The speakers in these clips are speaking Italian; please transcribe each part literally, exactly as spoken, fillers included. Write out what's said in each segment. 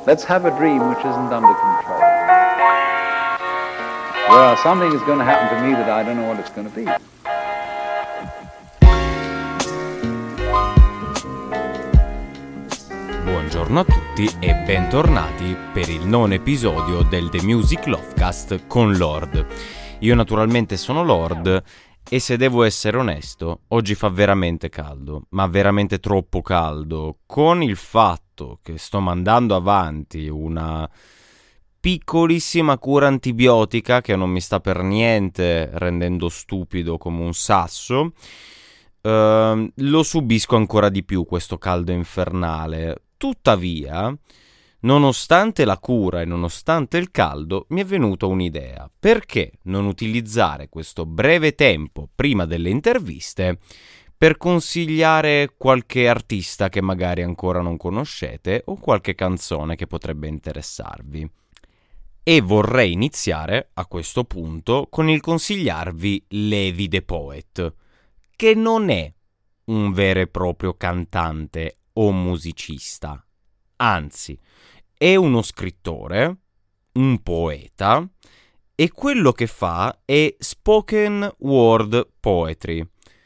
Let's have a dream which isn't under control. Well, something is going to happen to me that I don't know what it's going to be. Buongiorno a tutti e bentornati per il nono episodio del The Music Lovecast con Lord. Io naturalmente sono Lord e se devo essere onesto, oggi fa veramente caldo, ma veramente troppo caldo, con il fatto che sto mandando avanti una piccolissima cura antibiotica che non mi sta per niente rendendo stupido come un sasso. Uh, lo subisco ancora di più questo caldo infernale. Tuttavia, nonostante la cura e nonostante il caldo, mi è venuta un'idea. Perché non utilizzare questo breve tempo prima delle interviste per consigliare qualche artista che magari ancora non conoscete o qualche canzone che potrebbe interessarvi? E vorrei iniziare a questo punto con il consigliarvi Levi the Poet, che non è un vero e proprio cantante o musicista, anzi è uno scrittore, un poeta, e quello che fa è spoken word poetry.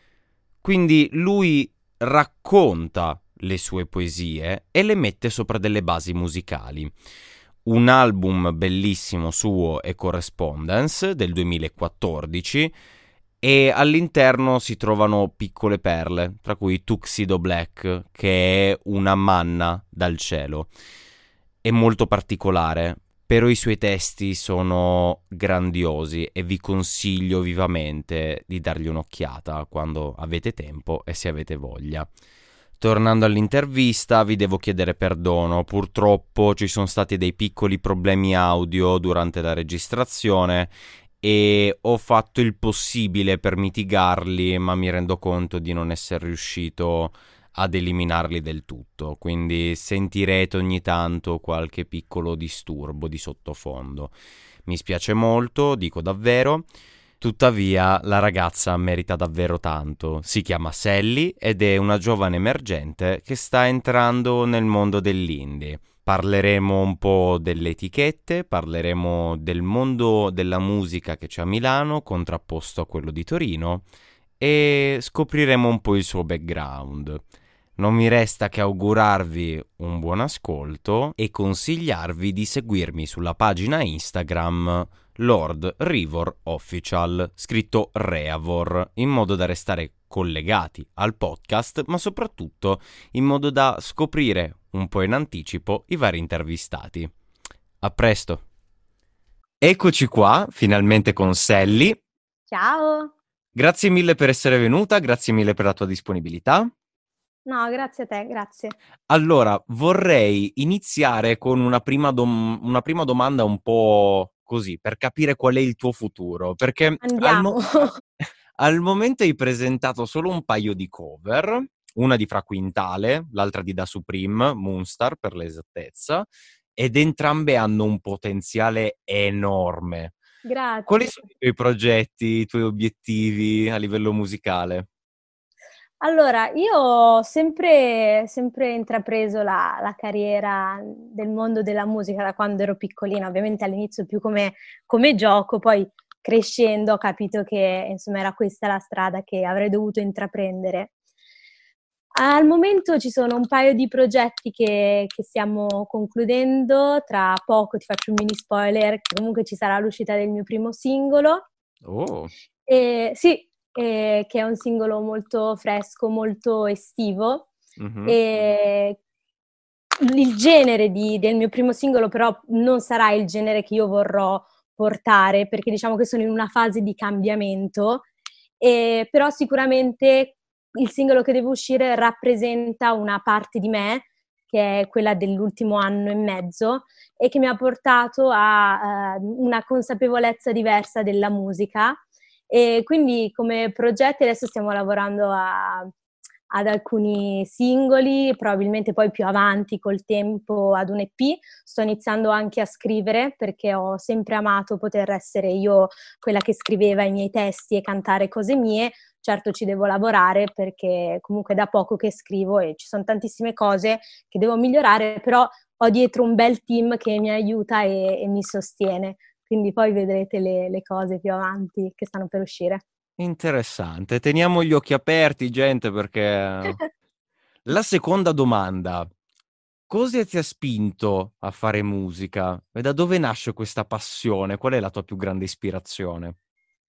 Quindi lui racconta le sue poesie e le mette sopra delle basi musicali. Un album bellissimo suo è Correspondence del duemilaquattordici e all'interno si trovano piccole perle, tra cui Tuxedo Black, che è una manna dal cielo. È molto particolare, però i suoi testi sono grandiosi e vi consiglio vivamente di dargli un'occhiata quando avete tempo e se avete voglia. Tornando all'intervista, vi devo chiedere perdono, purtroppo ci sono stati dei piccoli problemi audio durante la registrazione e ho fatto il possibile per mitigarli, ma mi rendo conto di non essere riuscito ad eliminarli del tutto, quindi sentirete ogni tanto qualche piccolo disturbo di sottofondo. Mi spiace molto, dico davvero. Tuttavia la ragazza merita davvero tanto. Si chiama Sally ed è una giovane emergente che sta entrando nel mondo dell'indie. Parleremo un po' delle etichette, parleremo del mondo della musica che c'è a Milano contrapposto a quello di Torino e scopriremo un po' il suo background. Non mi resta che augurarvi un buon ascolto e consigliarvi di seguirmi sulla pagina Instagram Lord Rivor Official, scritto Reavor, in modo da restare collegati al podcast, ma soprattutto in modo da scoprire un po' in anticipo i vari intervistati. A presto! Eccoci qua, finalmente con Sally. Ciao! Grazie mille per essere venuta, grazie mille per la tua disponibilità. No, grazie a te, grazie. Allora, vorrei iniziare con una prima, dom- una prima domanda un po' così, per capire qual è il tuo futuro, perché al, mo- Andiamo. al momento hai presentato solo un paio di cover, una di Fra Quintale, l'altra di Da Supreme, Moonstar per l'esattezza, ed entrambe hanno un potenziale enorme. Grazie. Quali sono i tuoi progetti, i tuoi obiettivi a livello musicale? Allora, io ho sempre, sempre intrapreso la, la carriera del mondo della musica da quando ero piccolina, ovviamente all'inizio più come, come gioco, poi crescendo ho capito che insomma era questa la strada che avrei dovuto intraprendere. Al momento ci sono un paio di progetti che, che stiamo concludendo, tra poco ti faccio un mini spoiler, che comunque ci sarà l'uscita del mio primo singolo. Oh! E, sì, e, che è un singolo molto fresco, molto estivo. Mm-hmm. E il genere di, del mio primo singolo però non sarà il genere che io vorrò portare, perché diciamo che sono in una fase di cambiamento, e, però sicuramente il singolo che deve uscire rappresenta una parte di me, che è quella dell'ultimo anno e mezzo, e che mi ha portato a uh, una consapevolezza diversa della musica. E quindi come progetti adesso stiamo lavorando a, ad alcuni singoli, probabilmente poi più avanti col tempo ad un E P. Sto iniziando anche a scrivere perché ho sempre amato poter essere io quella che scriveva i miei testi e cantare cose mie. certo ci devo lavorare perché comunque è da poco che scrivo e ci sono tantissime cose che devo migliorare, però ho dietro un bel team che mi aiuta e, e mi sostiene, quindi poi vedrete le, le cose più avanti che stanno per uscire. Interessante, teniamo gli occhi aperti, gente, perché la seconda domanda, cosa ti ha spinto a fare musica? E da dove nasce questa passione? Qual è la tua più grande ispirazione?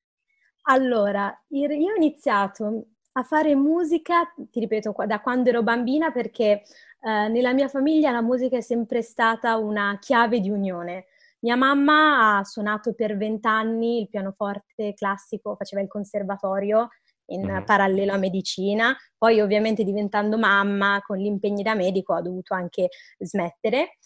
Allora, io io ho iniziato a fare musica, ti ripeto, qua- da quando ero bambina, perché eh, nella mia famiglia la musica è sempre stata una chiave di unione. Mia mamma ha suonato per vent'anni il pianoforte classico, faceva il conservatorio in Mhm. parallelo a medicina, poi ovviamente diventando mamma con gli impegni da medico ha dovuto anche smettere.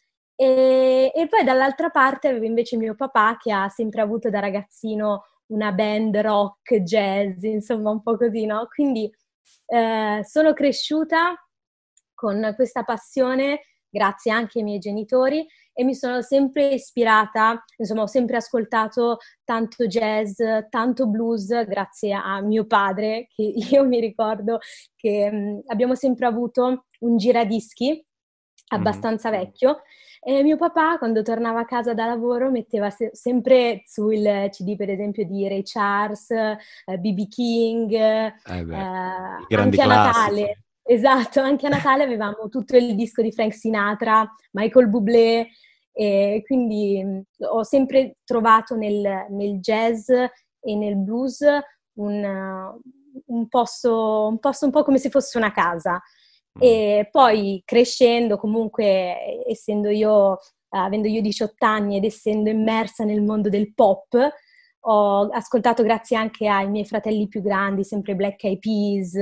E, e poi dall'altra parte avevo invece mio papà che ha sempre avuto da ragazzino una band rock, jazz, insomma un po' così, no? Quindi eh, sono cresciuta con questa passione grazie anche ai miei genitori e mi sono sempre ispirata, insomma ho sempre ascoltato tanto jazz, tanto blues grazie a mio padre, che io mi ricordo che mh, abbiamo sempre avuto un giradischi Mhm. abbastanza vecchio e mio papà, quando tornava a casa da lavoro, metteva se- sempre sul C D, per esempio, di Ray Charles, eh, B B. King, eh, Eh beh, i grandi anche a classici. Natale. Esatto, anche a Natale avevamo tutto il disco di Frank Sinatra, Michael Bublé, e quindi mh, ho sempre trovato nel, nel jazz e nel blues un, uh, un posto, un posto un po' come se fosse una casa. Mm. E poi crescendo, comunque, essendo io, eh, avendo io diciotto anni ed essendo immersa nel mondo del pop, ho ascoltato grazie anche ai miei fratelli più grandi, sempre Black Eyed Peas,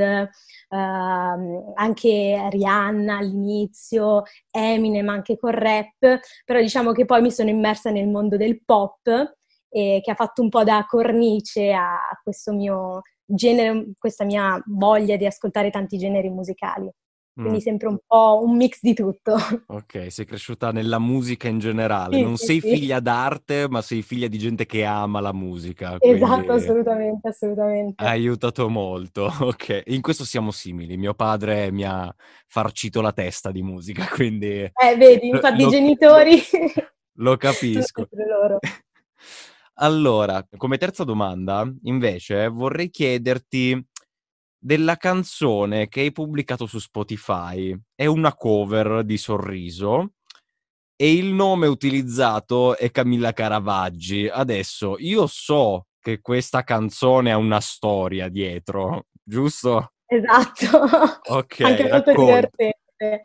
ehm, anche Rihanna all'inizio, Eminem anche col rap, però diciamo che poi mi sono immersa nel mondo del pop e che ha fatto un po' da cornice a questo mio genere, questa mia voglia di ascoltare tanti generi musicali. Mm. Quindi sempre un po' un mix di tutto. Ok, sei cresciuta nella musica in generale, Sì, non sì, sei sì. figlia d'arte, ma sei figlia di gente che ama la musica, Esatto, quindi assolutamente, ha assolutamente. aiutato molto. Ok, in questo siamo simili. Mio padre mi ha farcito la testa di musica, quindi eh, Eh, vedi, infatti i lo, genitori lo sono capisco. sempre loro. Allora, come terza domanda, invece, vorrei chiederti della canzone che hai pubblicato su Spotify. È una cover di Sorriso e il nome utilizzato è Camilla Caravaggi. Adesso, io so che questa canzone ha una storia dietro, giusto? Esatto, Ok, anche molto racconta. divertente.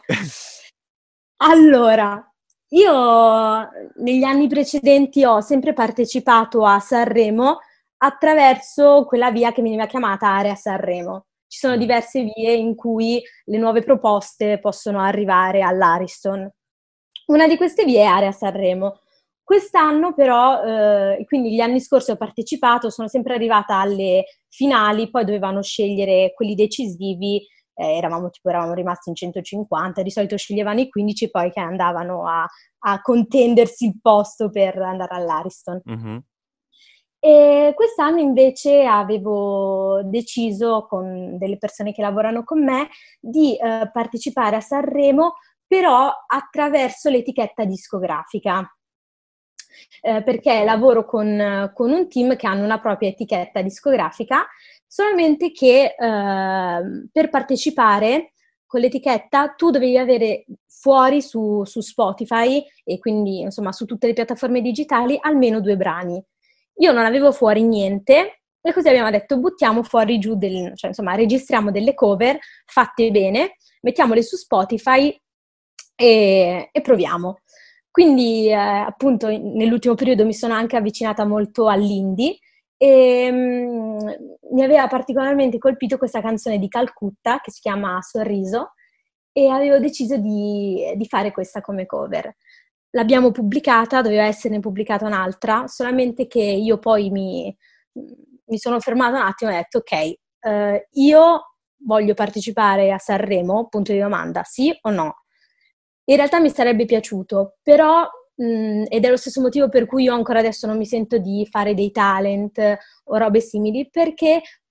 Allora, io negli anni precedenti ho sempre partecipato a Sanremo attraverso quella via che veniva chiamata Area Sanremo. Ci sono Mm. diverse vie in cui le nuove proposte possono arrivare all'Ariston. Una di queste vie è Area Sanremo. Quest'anno però, eh, quindi gli anni scorsi ho partecipato, sono sempre arrivata alle finali, poi dovevano scegliere quelli decisivi, eh, eravamo, tipo, eravamo rimasti in centocinquanta, di solito sceglievano i quindici poi che andavano a, a contendersi il posto per andare all'Ariston. Mhm. E quest'anno invece avevo deciso con delle persone che lavorano con me di eh, partecipare a Sanremo, però attraverso l'etichetta discografica. Eh, perché lavoro con, con un team che hanno una propria etichetta discografica, solamente che eh, per partecipare con l'etichetta tu dovevi avere fuori su, su Spotify e quindi insomma su tutte le piattaforme digitali almeno due brani. Io non avevo fuori niente e così abbiamo detto buttiamo fuori giù, del, cioè insomma registriamo delle cover fatte bene, mettiamole su Spotify e, e proviamo. Quindi eh, appunto in- nell'ultimo periodo mi sono anche avvicinata molto all'indie e mm, mi aveva particolarmente colpito questa canzone di Calcutta che si chiama Sorriso e avevo deciso di, di fare questa come cover. L'abbiamo pubblicata, doveva esserne pubblicata un'altra, solamente che io poi mi, mi sono fermata un attimo e ho detto ok, eh, io voglio partecipare a Sanremo, punto di domanda, sì o no? In realtà mi sarebbe piaciuto, però, mh, ed è lo stesso motivo per cui io ancora adesso non mi sento di fare dei talent o robe simili, perché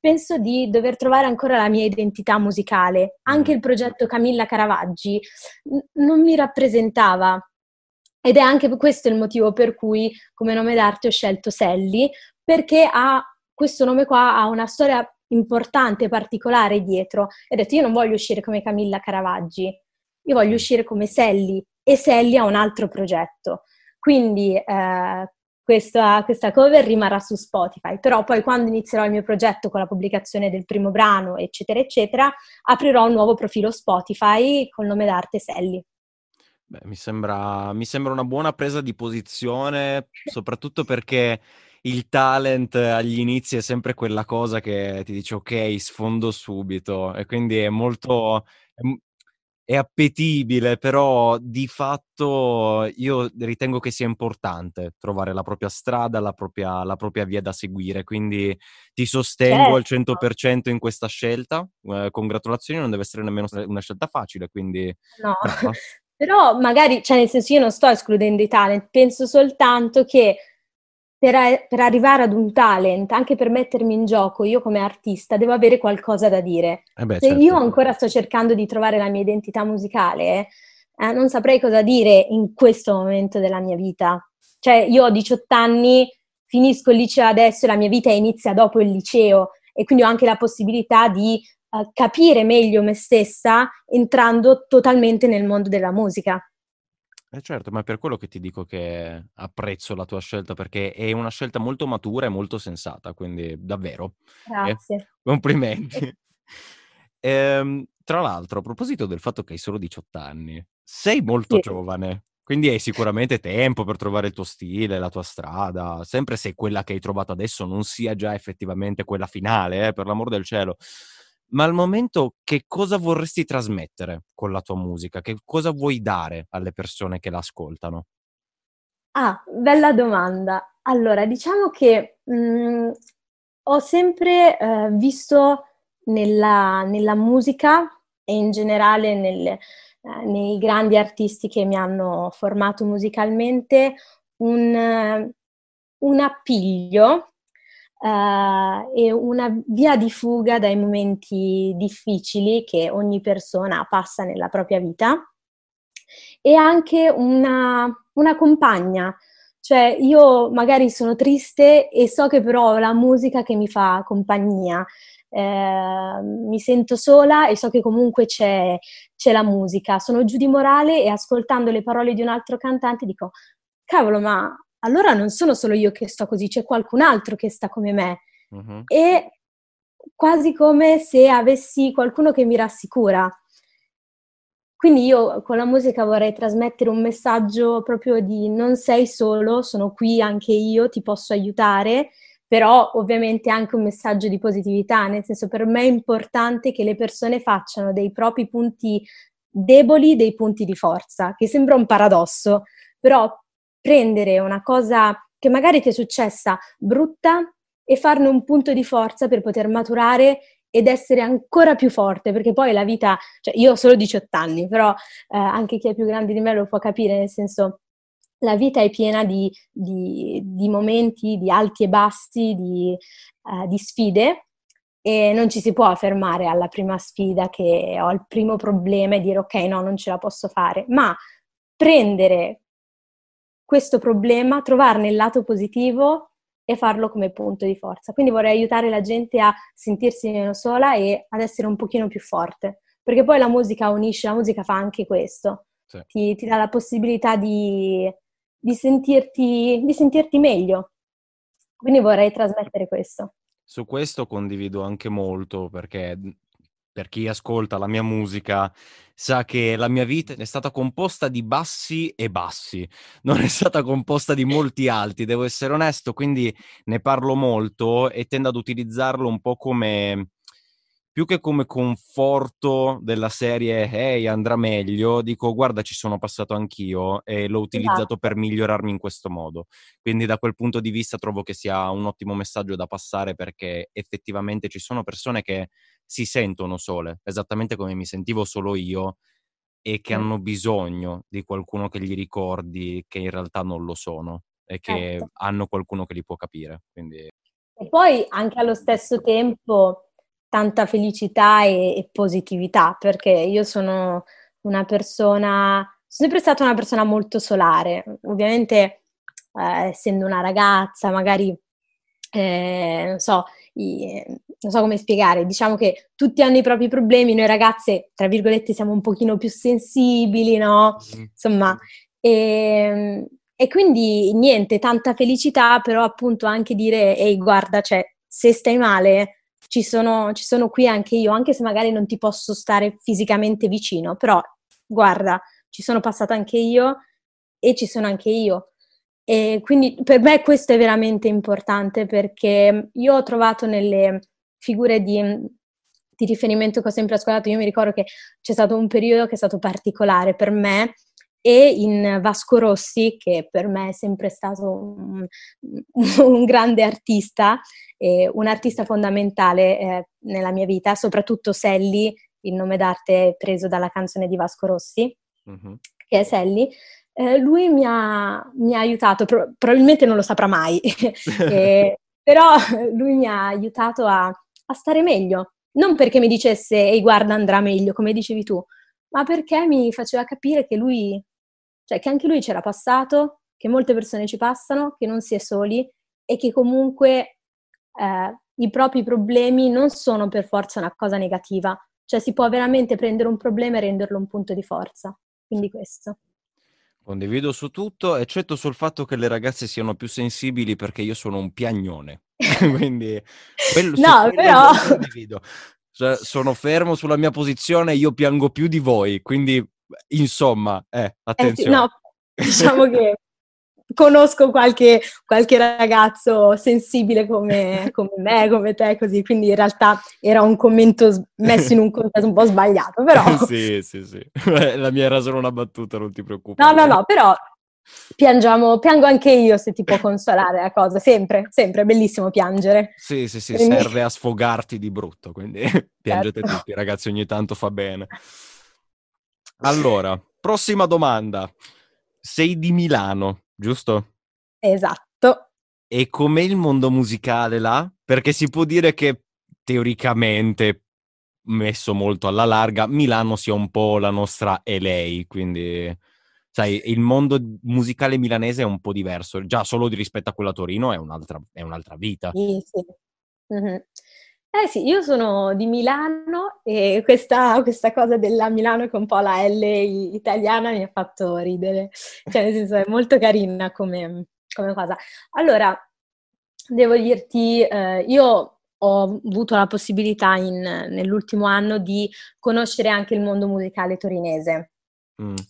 penso di dover trovare ancora la mia identità musicale. Anche Mm. il progetto Camilla Caravaggi n- non mi rappresentava. Ed è anche questo il motivo per cui come nome d'arte ho scelto Sally, perché ha questo nome qua ha una storia importante, particolare dietro. E ho detto, io non voglio uscire come Camilla Caravaggi, io voglio uscire come Sally, e Sally ha un altro progetto. Quindi eh, questa, questa cover rimarrà su Spotify, però poi quando inizierò il mio progetto con la pubblicazione del primo brano, eccetera, eccetera, aprirò un nuovo profilo Spotify col nome d'arte Sally. Beh, mi sembra, mi sembra una buona presa di posizione, soprattutto perché il talent agli inizi è sempre quella cosa che ti dice ok, sfondo subito, e quindi è molto, è, è appetibile, però di fatto io ritengo che sia importante trovare la propria strada, la propria, la propria via da seguire, quindi ti sostengo al Certo. cento per cento in questa scelta. Eh, congratulazioni, non deve essere nemmeno una scelta facile, quindi No, brava. però magari, cioè nel senso io non sto escludendo i talent, penso soltanto che per, a- per arrivare ad un talent, anche per mettermi in gioco, io come artista devo avere qualcosa da dire. Eh beh, Se io certo. ancora sto cercando di trovare la mia identità musicale, eh, non saprei cosa dire in questo momento della mia vita. Cioè io ho diciotto anni, finisco il liceo adesso e la mia vita inizia dopo il liceo e quindi ho anche la possibilità di eh, capire meglio me stessa entrando totalmente nel mondo della musica. Eh certo, ma è per quello che ti dico che apprezzo la tua scelta, perché è una scelta molto matura e molto sensata, quindi davvero. Eh, Grazie. complimenti. Ehm, tra l'altro, a proposito del fatto che hai solo diciotto anni, sei molto Sì. giovane, quindi hai sicuramente tempo per trovare il tuo stile, la tua strada, sempre se quella che hai trovato adesso non sia già effettivamente quella finale, eh, per l'amor del cielo. Ma al momento che cosa vorresti trasmettere con la tua musica? Che cosa vuoi dare alle persone che l'ascoltano? Ah, bella domanda. Allora, diciamo che mh, ho sempre eh, visto nella, nella musica e in generale nel- eh, nei grandi artisti che mi hanno formato musicalmente un, eh, un appiglio eh, e una via di fuga dai momenti difficili che ogni persona passa nella propria vita e anche una, una compagna. Cioè, io magari sono triste e so che però ho la musica che mi fa compagnia. Eh, mi sento sola e so che comunque c'è, c'è la musica. Sono giù di morale e ascoltando le parole di un altro cantante dico, cavolo, ma allora non sono solo io che sto così, c'è qualcun altro che sta come me. Mhm. E quasi come se avessi qualcuno che mi rassicura. Quindi io con la musica vorrei trasmettere un messaggio proprio di non sei solo, sono qui anche io, ti posso aiutare, però ovviamente anche un messaggio di positività, nel senso per me è importante che le persone facciano dei propri punti deboli dei punti di forza, che sembra un paradosso, però prendere una cosa che magari ti è successa brutta e farne un punto di forza per poter maturare ed essere ancora più forte, perché poi la vita, cioè io ho solo diciotto anni, però eh, anche chi è più grande di me lo può capire, nel senso la vita è piena di, di, di momenti, di alti e bassi, di, eh, di sfide e non ci si può fermare alla prima sfida che ho il primo problema e dire ok, no, non ce la posso fare, ma prendere questo problema, trovarne il lato positivo e farlo come punto di forza. Quindi vorrei aiutare la gente a sentirsi meno sola e ad essere un pochino più forte, perché poi la musica unisce, la musica fa anche questo, Sì. ti, ti dà la possibilità di, di sentirti, di sentirti meglio. Quindi vorrei trasmettere questo. Su questo condivido anche molto perché mh, per chi ascolta la mia musica sa che la mia vita è stata composta di bassi e bassi, non è stata composta di molti alti, devo essere onesto, quindi ne parlo molto e tendo ad utilizzarlo un po' come più che come conforto della serie "Ehi, andrà meglio", dico guarda ci sono passato anch'io e l'ho utilizzato per Esatto. migliorarmi in questo modo. Quindi da quel punto di vista trovo che sia un ottimo messaggio da passare perché effettivamente ci sono persone che si sentono sole, esattamente come mi sentivo solo io, e che Mm, hanno bisogno di qualcuno che gli ricordi che in realtà non lo sono e che certo. hanno qualcuno che li può capire. Quindi E poi anche allo stesso tempo tanta felicità e, e positività, perché io sono una persona, sono sempre stata una persona molto solare. Ovviamente, eh, essendo una ragazza, magari, eh, non so, i- non so come spiegare, diciamo che tutti hanno i propri problemi, noi ragazze, tra virgolette, siamo un pochino più sensibili, no? Mhm. Insomma, e, e quindi niente, tanta felicità, però appunto anche dire, ehi, guarda, cioè, se stai male, ci sono, ci sono qui anche io, anche se magari non ti posso stare fisicamente vicino, però guarda, ci sono passata anche io e ci sono anche io. E quindi per me questo è veramente importante, perché io ho trovato nelle figure di, di riferimento che ho sempre ascoltato, io mi ricordo che c'è stato un periodo che è stato particolare per me, e in Vasco Rossi, che per me è sempre stato un, un grande artista, eh, un artista fondamentale eh, nella mia vita, soprattutto Selli, il nome d'arte preso dalla canzone di Vasco Rossi, Mhm. che è Selli. Eh, lui mi ha, mi ha aiutato, pro- probabilmente non lo saprà mai, eh, però lui mi ha aiutato a, a stare meglio, non perché mi dicesse ehi guarda andrà meglio, come dicevi tu, ma perché mi faceva capire che lui, cioè che anche lui c'era passato, che molte persone ci passano, che non si è soli e che comunque eh, i propri problemi non sono per forza una cosa negativa, cioè si può veramente prendere un problema e renderlo un punto di forza, Sì. quindi questo. Condivido su tutto, eccetto sul fatto che le ragazze siano più sensibili perché io sono un piagnone. Quindi quello- su No, quello però... non condivido. Cioè, sono fermo sulla mia posizione, io piango più di voi, quindi insomma, eh, Eh sì, attenzione. no, diciamo che conosco qualche, qualche ragazzo sensibile come, come me, come te, così, quindi in realtà era un commento s- messo in un contesto un po' sbagliato, però... Sì, sì, sì. Beh, la mia era solo una battuta, non ti No, no, preoccupare. no, però piangiamo, piango anche io, se ti può consolare la cosa, sempre, sempre, è bellissimo piangere. Sì, sì, sì, Quindi, serve a sfogarti di brutto, quindi piangete certo. tutti, ragazzi, ogni tanto fa bene. Allora, prossima domanda. Sei di Milano, giusto? Esatto. E com'è il mondo musicale là? Perché si può dire che teoricamente, messo molto alla larga, Milano sia un po' la nostra L A, quindi sai, il mondo musicale milanese è un po' diverso, già solo di rispetto a quello a Torino è un'altra, è un'altra vita. Sì, sì. Mhm. Eh sì, io sono di Milano e questa, questa cosa della Milano che è un po' la L italiana mi ha fatto ridere, cioè nel senso è molto carina come, come cosa. Allora, devo dirti, eh, io ho avuto la possibilità in- nell'ultimo anno di conoscere anche il mondo musicale torinese. Mm,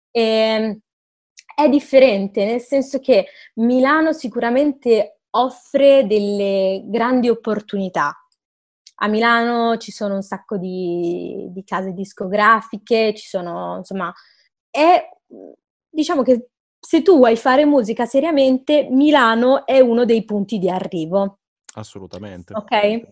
E, è differente, nel senso che Milano sicuramente offre delle grandi opportunità. A Milano ci sono un sacco di, di case discografiche, ci sono, insomma, è, diciamo che se tu vuoi fare musica seriamente, Milano è uno dei punti di arrivo, assolutamente. ok?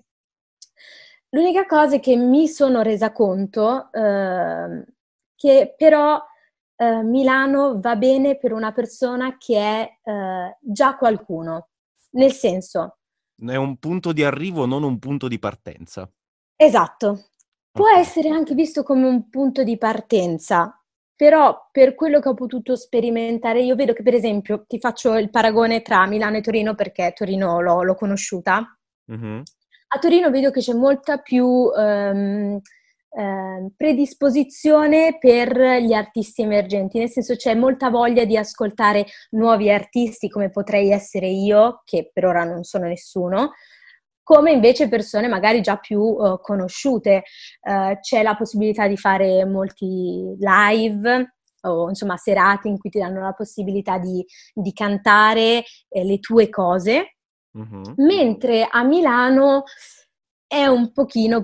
L'unica cosa è che mi sono resa conto ehm, che però eh, Milano va bene per una persona che è eh, già qualcuno, nel senso, È un punto di arrivo, non un punto di partenza. esatto, può Ok. essere anche visto come un punto di partenza, però per quello che ho potuto sperimentare, io vedo che per esempio, ti faccio il paragone tra Milano e Torino perché Torino l'ho, l'ho conosciuta. Mhm. A Torino vedo che c'è molta più ehm, ehm, predisposizione per gli artisti emergenti, nel senso c'è molta voglia di ascoltare nuovi artisti come potrei essere io, che per ora non sono nessuno, come invece persone magari già più eh, conosciute. Eh, c'è la possibilità di fare molti live o insomma serate in cui ti danno la possibilità di, di cantare eh, le tue cose. Mhm. Mentre a Milano è un pochino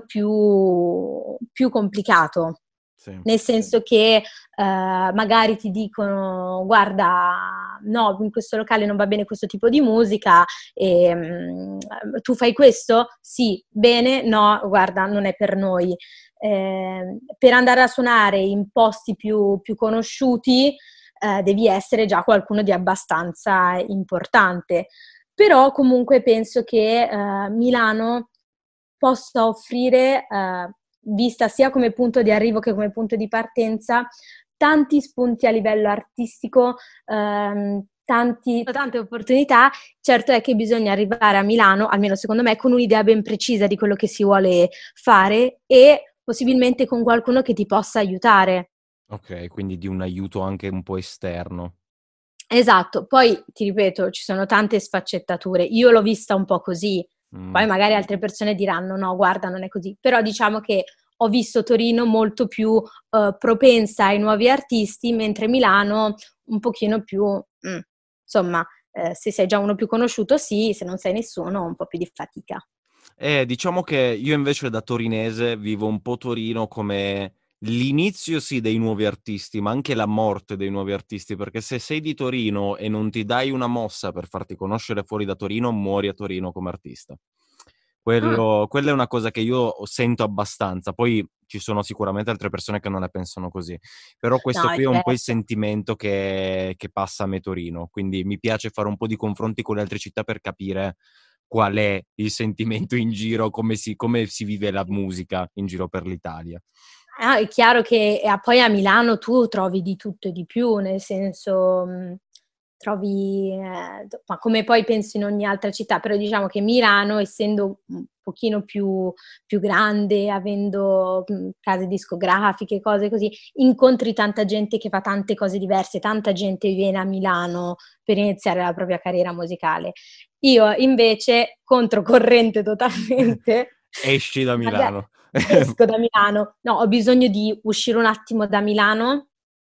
più, più complicato, Sì. nel senso che eh, magari ti dicono guarda, no, in questo locale non va bene questo tipo di musica, e, mm, tu fai questo? Sì, bene, no, guarda, non è per noi. Eh, per andare a suonare in posti più, più conosciuti eh, devi essere già qualcuno di abbastanza importante. però comunque penso che eh, Milano possa offrire, eh, vista sia come punto di arrivo che come punto di partenza, tanti spunti a livello artistico, ehm, tanti, tante opportunità. Certo è che bisogna arrivare a Milano, almeno secondo me, con un'idea ben precisa di quello che si vuole fare e possibilmente con qualcuno che ti possa aiutare. Ok, quindi di un aiuto anche un po' esterno. Esatto, poi ti ripeto, ci sono tante sfaccettature. Io l'ho vista un po' così, Mm. poi magari altre persone diranno no, guarda, non è così. Però diciamo che ho visto Torino molto più eh, propensa ai nuovi artisti, mentre Milano un pochino più, mm, insomma, eh, se sei già uno più conosciuto sì, se non sei nessuno un po' più di fatica. Eh, diciamo che io invece da torinese vivo un po' Torino come l'inizio sì dei nuovi artisti, ma anche la morte dei nuovi artisti, perché se sei di Torino e non ti dai una mossa per farti conoscere fuori da Torino, muori a Torino come artista. Ah, Quello, quella è una cosa che io sento abbastanza, poi ci sono sicuramente altre persone che non la pensano così, però questo no, è qui è un po' il diverso. sentimento che, che passa a me Torino, quindi mi piace fare un po' di confronti con le altre città per capire qual è il sentimento in giro, come si, come si vive la musica in giro per l'Italia. Ah, è chiaro che eh, poi a Milano tu trovi di tutto e di più, nel senso mh, trovi, eh, ma come poi penso in ogni altra città, però diciamo che Milano, essendo un pochino più, più grande, avendo mh, case discografiche, cose così, incontri tanta gente che fa tante cose diverse, tanta gente viene a Milano per iniziare la propria carriera musicale. Io invece, controcorrente totalmente, Esci da magari Milano. esco da Milano, no, ho bisogno di uscire un attimo da Milano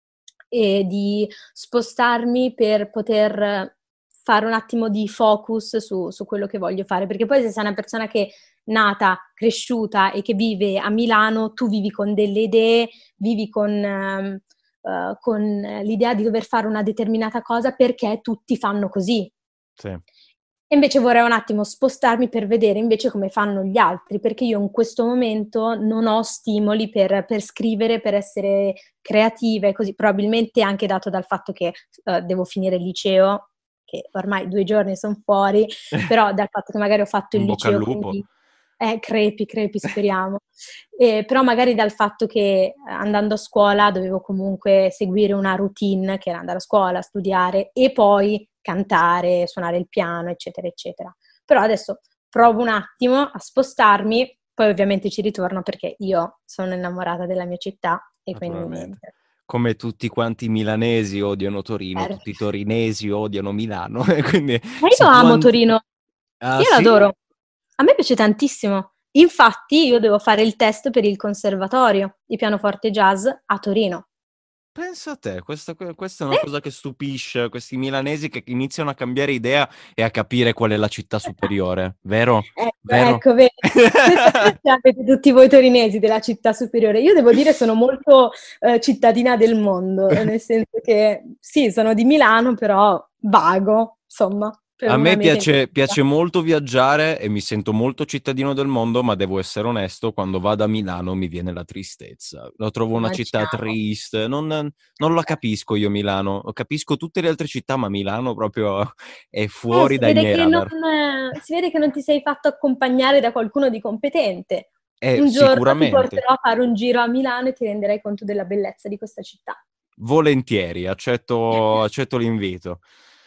e di spostarmi per poter fare un attimo di focus su, su quello che voglio fare, perché poi se sei una persona che è nata, cresciuta e che vive a Milano, tu vivi con delle idee, vivi con, ehm, eh, con l'idea di dover fare una determinata cosa perché tutti fanno così. Sì. E invece vorrei un attimo spostarmi per vedere invece come fanno gli altri, perché io in questo momento non ho stimoli per, per scrivere, per essere creativa e così, probabilmente anche dato dal fatto che eh, devo finire il liceo, che ormai due giorni sono fuori, però dal fatto che magari ho fatto il In bocca al liceo, lupo. quindi eh, crepi, crepi, speriamo. Eh, però magari dal fatto che eh, andando a scuola dovevo comunque seguire una routine, che era andare a scuola, studiare e poi cantare, suonare il piano, eccetera, eccetera. Però adesso provo un attimo a spostarmi, poi ovviamente ci ritorno perché io sono innamorata della mia città e quindi Naturalmente. niente. Come tutti quanti i milanesi odiano Torino, Certo. tutti i torinesi odiano Milano. E quindi Ma se io tu amo and- Torino, Ah io sì? l'adoro. A me piace tantissimo. Infatti, io devo fare il test per il conservatorio di pianoforte jazz a Torino. Pensa a te, questa, questa è Sì. una cosa che stupisce questi milanesi che iniziano a cambiare idea e a capire qual è la città superiore, vero? Ecco, Vero? ecco, vedi. Questa frase avete tutti voi torinesi della città superiore. Io devo dire sono molto eh, cittadina del mondo, nel senso che sì, sono di Milano, però vago, insomma, per A una me meta piace, impegnativa. piace molto viaggiare e mi sento molto cittadino del mondo, ma devo essere onesto, quando vado a Milano mi viene la tristezza. Lo trovo una città Immaginavo. triste, non, non la capisco io Milano. Capisco tutte le altre città, ma Milano proprio è Eh, fuori si dai vede miei che non, radar. si vede che non ti sei fatto accompagnare da qualcuno di competente. Eh, Un giorno ti sicuramente. porterò a fare un giro a Milano e ti renderai conto della bellezza di questa città. Volentieri, accetto, accetto l'invito.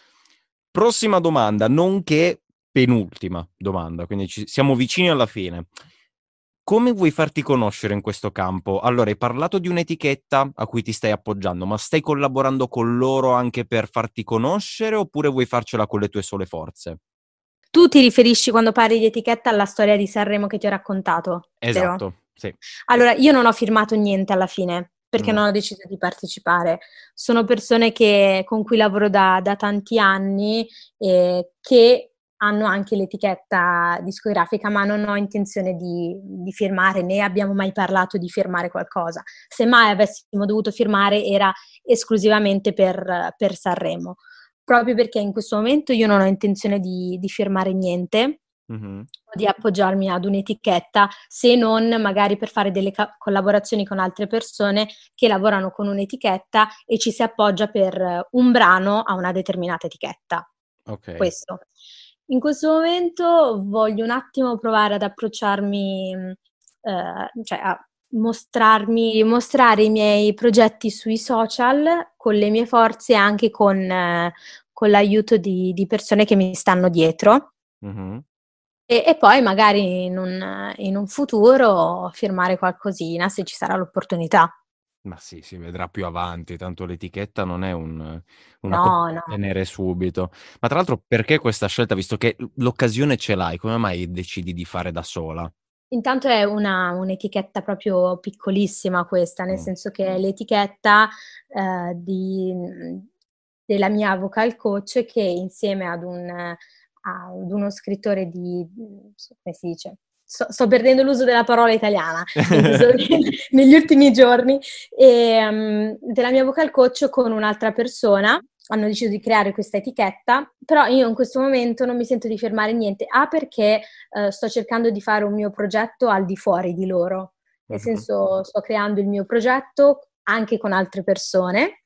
Prossima domanda, nonché penultima domanda, quindi ci, siamo vicini alla fine. Come vuoi farti conoscere in questo campo? Allora, hai parlato di un'etichetta a cui ti stai appoggiando, ma stai collaborando con loro anche per farti conoscere oppure vuoi farcela con le tue sole forze? Tu ti riferisci quando parli di etichetta alla storia di Sanremo che ti ho raccontato, vero? Esatto, sì. Allora, io non ho firmato niente alla fine perché Mm, non ho deciso di partecipare. Sono persone che- con cui lavoro da, da tanti anni e che hanno anche l'etichetta discografica, ma non ho intenzione di, di firmare, né abbiamo mai parlato di firmare qualcosa. Se mai avessimo dovuto firmare era esclusivamente per, per Sanremo, proprio perché in questo momento io non ho intenzione di, di firmare niente mhm. o di appoggiarmi ad un'etichetta, se non magari per fare delle ca- collaborazioni con altre persone che lavorano con un'etichetta e ci si appoggia per un brano a una determinata etichetta. Ok. Questo. In questo momento voglio un attimo provare ad approcciarmi, eh, cioè a mostrarmi, mostrare i miei progetti sui social con le mie forze e anche con, eh, con l'aiuto di, di persone che mi stanno dietro. Mhm. E, e poi magari in un, in un futuro firmare qualcosina se ci sarà l'opportunità. Ma sì, si vedrà più avanti, tanto l'etichetta non è un- una cosa No, da no. ottenere subito. Ma tra l'altro, perché questa scelta, visto che l'occasione ce l'hai, come mai decidi di fare da sola? Intanto è una, un'etichetta proprio piccolissima questa, nel Mm. senso che è l'etichetta eh, di- della mia vocal coach che insieme ad, un, ad uno scrittore di, come si dice? Sto, sto perdendo l'uso della parola italiana in questo- negli ultimi giorni, e, um, della mia vocal coach con un'altra persona hanno deciso di creare questa etichetta, però io in questo momento non mi sento di firmare niente. A, perché eh, sto cercando di fare un mio progetto al di fuori di loro, nel Mhm. senso sto creando il mio progetto anche con altre persone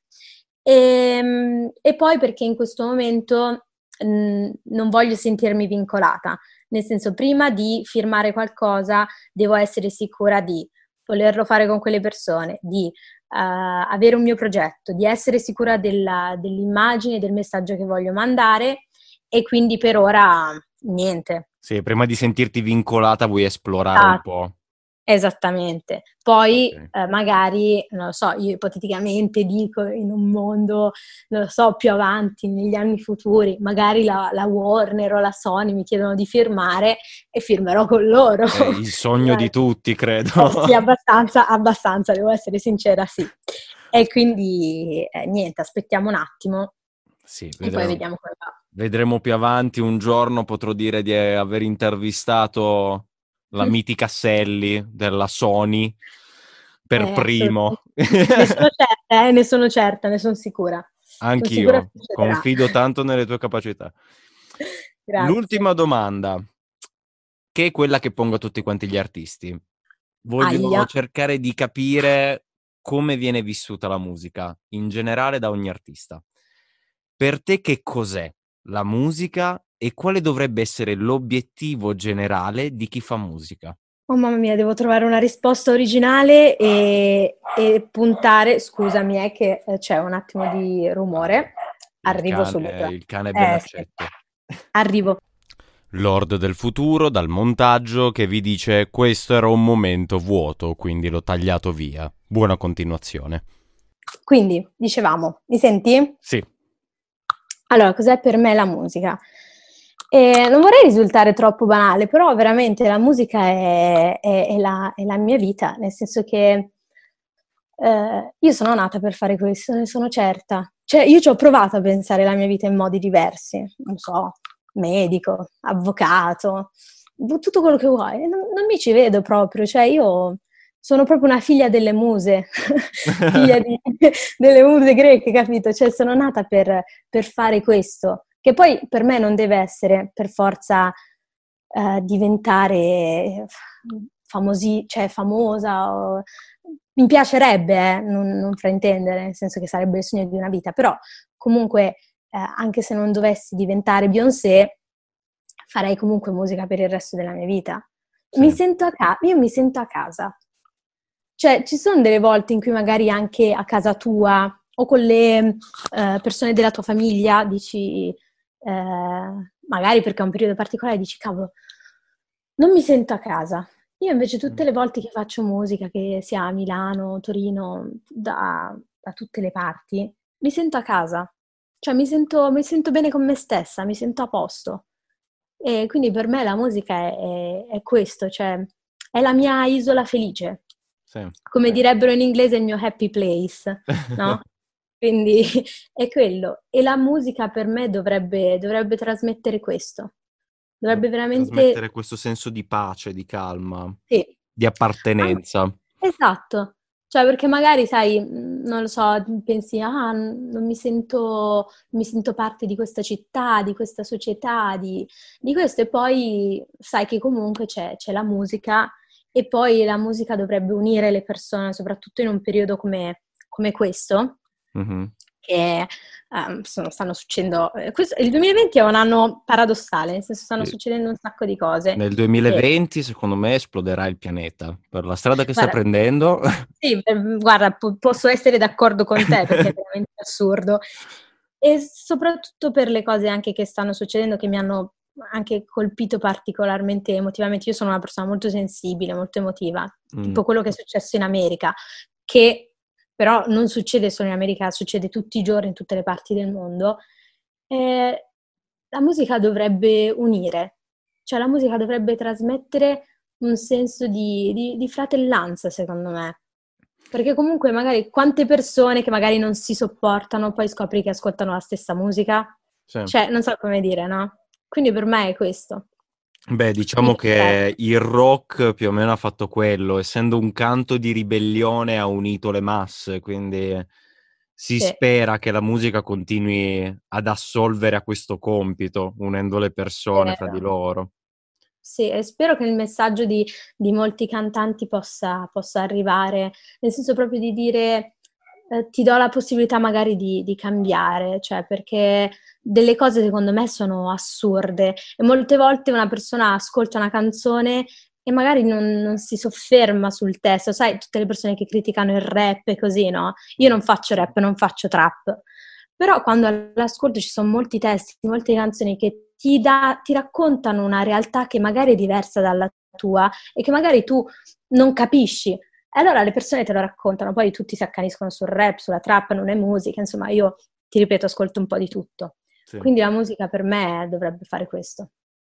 e, e poi perché in questo momento mh, non voglio sentirmi vincolata, nel senso prima di firmare qualcosa devo essere sicura di volerlo fare con quelle persone, di uh, avere un mio progetto, di essere sicura della, dell'immagine, del messaggio che voglio mandare e quindi per ora niente. Sì, prima di sentirti vincolata vuoi esplorare un Ah, po'. esattamente. Poi Ok. eh, magari, non lo so, io ipoteticamente dico in un mondo, non lo so, più avanti, negli anni futuri, magari la, la Warner o la Sony mi chiedono di firmare e firmerò con loro. È il sogno di tutti, credo. Eh, sì, abbastanza, abbastanza, devo essere sincera, sì. E quindi eh, niente, aspettiamo un attimo Sì, e poi vedremo, vediamo come va. vedremo più avanti. Un giorno potrò dire di aver intervistato la mitica Sally della Sony per Eh, assolutamente. primo. Ne sono certa, eh, ne sono certa, ne sono sicura. Sono sicura che Anch'io, succederà. confido tanto nelle tue capacità. Grazie. L'ultima domanda, che è quella che pongo a tutti quanti gli artisti. Voglio Aia. cercare di capire come viene vissuta la musica, in generale da ogni artista. Per te che cos'è la musica e quale dovrebbe essere l'obiettivo generale di chi fa musica? Oh mamma mia, devo trovare una risposta originale e, e puntare. Scusami, è che eh, c'è un attimo di rumore. Il Arrivo cane, subito. il cane è ben Eh sì, accetto. arrivo. Lord del futuro dal montaggio che vi dice questo era un momento vuoto, quindi l'ho tagliato via. Buona continuazione. Quindi, dicevamo, mi senti? Sì. Allora, cos'è per me la musica? Eh, non vorrei risultare troppo banale, però veramente la musica è, è- è la, è la mia vita, nel senso che eh, io sono nata per fare questo, ne sono certa. Cioè, io ci ho provato a pensare la mia vita in modi diversi, non so, medico, avvocato, tutto quello che vuoi. Non, non mi ci vedo proprio, cioè io sono proprio una figlia delle muse, figlia di- delle muse greche, capito? Cioè, sono nata per, per fare questo, che poi per me non deve essere per forza eh, diventare famosi, cioè famosa. O... Mi piacerebbe, eh, non, non fraintendere, nel senso che sarebbe il sogno di una vita, però comunque, eh, anche se non dovessi diventare Beyoncé, farei comunque musica per il resto della mia vita. Sì. Mi sento a ca- io mi sento a casa. Cioè, ci sono delle volte in cui magari anche a casa tua o con le eh, persone della tua famiglia dici, eh, magari perché è un periodo particolare, dici, cavolo, non mi sento a casa. Io invece tutte le volte che faccio musica, che sia a Milano, Torino, da, da tutte le parti, mi sento a casa. Cioè, mi sento, mi sento bene con me stessa, mi sento a posto. E quindi per me la musica è, è- è questo, cioè è la mia isola felice, Sì. come direbbero in inglese il mio happy place, no? Quindi è quello. E la musica per me dovrebbe, dovrebbe trasmettere questo. Dovrebbe veramente, Trasmettere questo senso di pace, di calma, sì. di An- appartenenza. esatto. Cioè, perché magari, sai, mh, non lo so, pensi, ah, n- non mi sento, mi sento parte di questa città, di questa società, di, di questo, e poi sai che comunque c'è, c'è la musica, e poi la musica dovrebbe unire le persone, soprattutto in un periodo come, come questo, Mhm. che um, sono, stanno succedendo. Eh, questo, il duemilaventi è un anno paradossale, nel senso stanno Sì. succedendo un sacco di cose. Nel duemilaventi, e... secondo me, esploderà il pianeta per la strada che guarda, sta prendendo. Sì, guarda, po- posso essere d'accordo con te perché è veramente assurdo. E soprattutto per le cose anche che stanno succedendo che mi hanno anche colpito particolarmente emotivamente. Io sono una persona molto sensibile, molto emotiva, mm. tipo quello che è successo in America, che però non succede solo in America, succede tutti i giorni in tutte le parti del mondo. Eh, la musica dovrebbe unire, cioè la musica dovrebbe trasmettere un senso di, di, di fratellanza, secondo me. Perché comunque magari quante persone che magari non si sopportano, poi scopri che ascoltano la stessa musica. Sì. Cioè, non so come dire, no? Quindi per me è questo. Beh, diciamo che il rock più o meno ha fatto quello, essendo un canto di ribellione ha unito le masse, quindi si sì. spera che la musica continui ad assolvere a questo compito, unendo le persone fra di loro. Sì, e spero che il messaggio di, di molti cantanti possa, possa arrivare, nel senso proprio di dire eh, ti do la possibilità magari di, di cambiare, cioè perché delle cose secondo me sono assurde e molte volte una persona ascolta una canzone e magari non, non si sofferma sul testo, sai, tutte le persone che criticano il rap e così, no? Io non faccio rap, non faccio trap, però quando l'ascolto ci sono molti testi, molte canzoni che ti, da, ti raccontano una realtà che magari è diversa dalla tua e che magari tu non capisci. E allora le persone te lo raccontano, poi tutti si accaniscono sul rap, sulla trap, non è musica, insomma io, ti ripeto, ascolto un po' di tutto. Sì. Quindi la musica per me dovrebbe fare questo.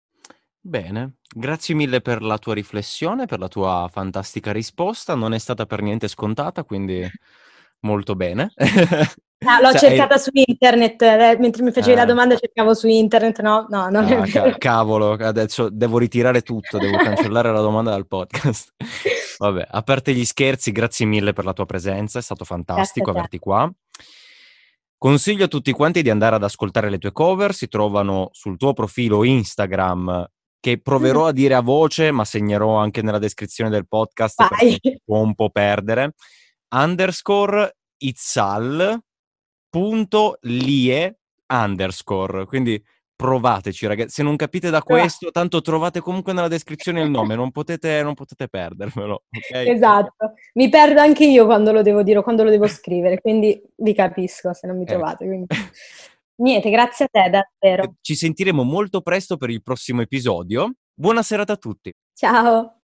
Bene, grazie mille per la tua riflessione, per la tua fantastica risposta, non è stata per niente scontata, quindi molto bene. Ah, l'ho cioè, cercata è... su internet, eh, mentre mi facevi eh... la domanda cercavo su internet, no? No, non ah, è vero. Ca- cavolo, adesso devo ritirare tutto, devo cancellare la domanda dal podcast. Vabbè, a parte gli scherzi, grazie mille per la tua presenza, è stato fantastico averti qua. Consiglio a tutti quanti di andare ad ascoltare le tue cover, si trovano sul tuo profilo Instagram, che proverò mm. a dire a voce, ma segnerò anche nella descrizione del podcast Vai. Perché si può un po' perdere. Underscore itzal punto lie underscore, quindi provateci ragazzi, se non capite da questo, tanto trovate comunque nella descrizione il nome, non potete, non potete perdervelo, ok? Esatto, mi perdo anche io quando lo devo dire o quando lo devo scrivere, quindi vi capisco se non mi trovate. Eh. Quindi... Niente, grazie a te davvero. Ci sentiremo molto presto per il prossimo episodio. Buona serata a tutti. Ciao.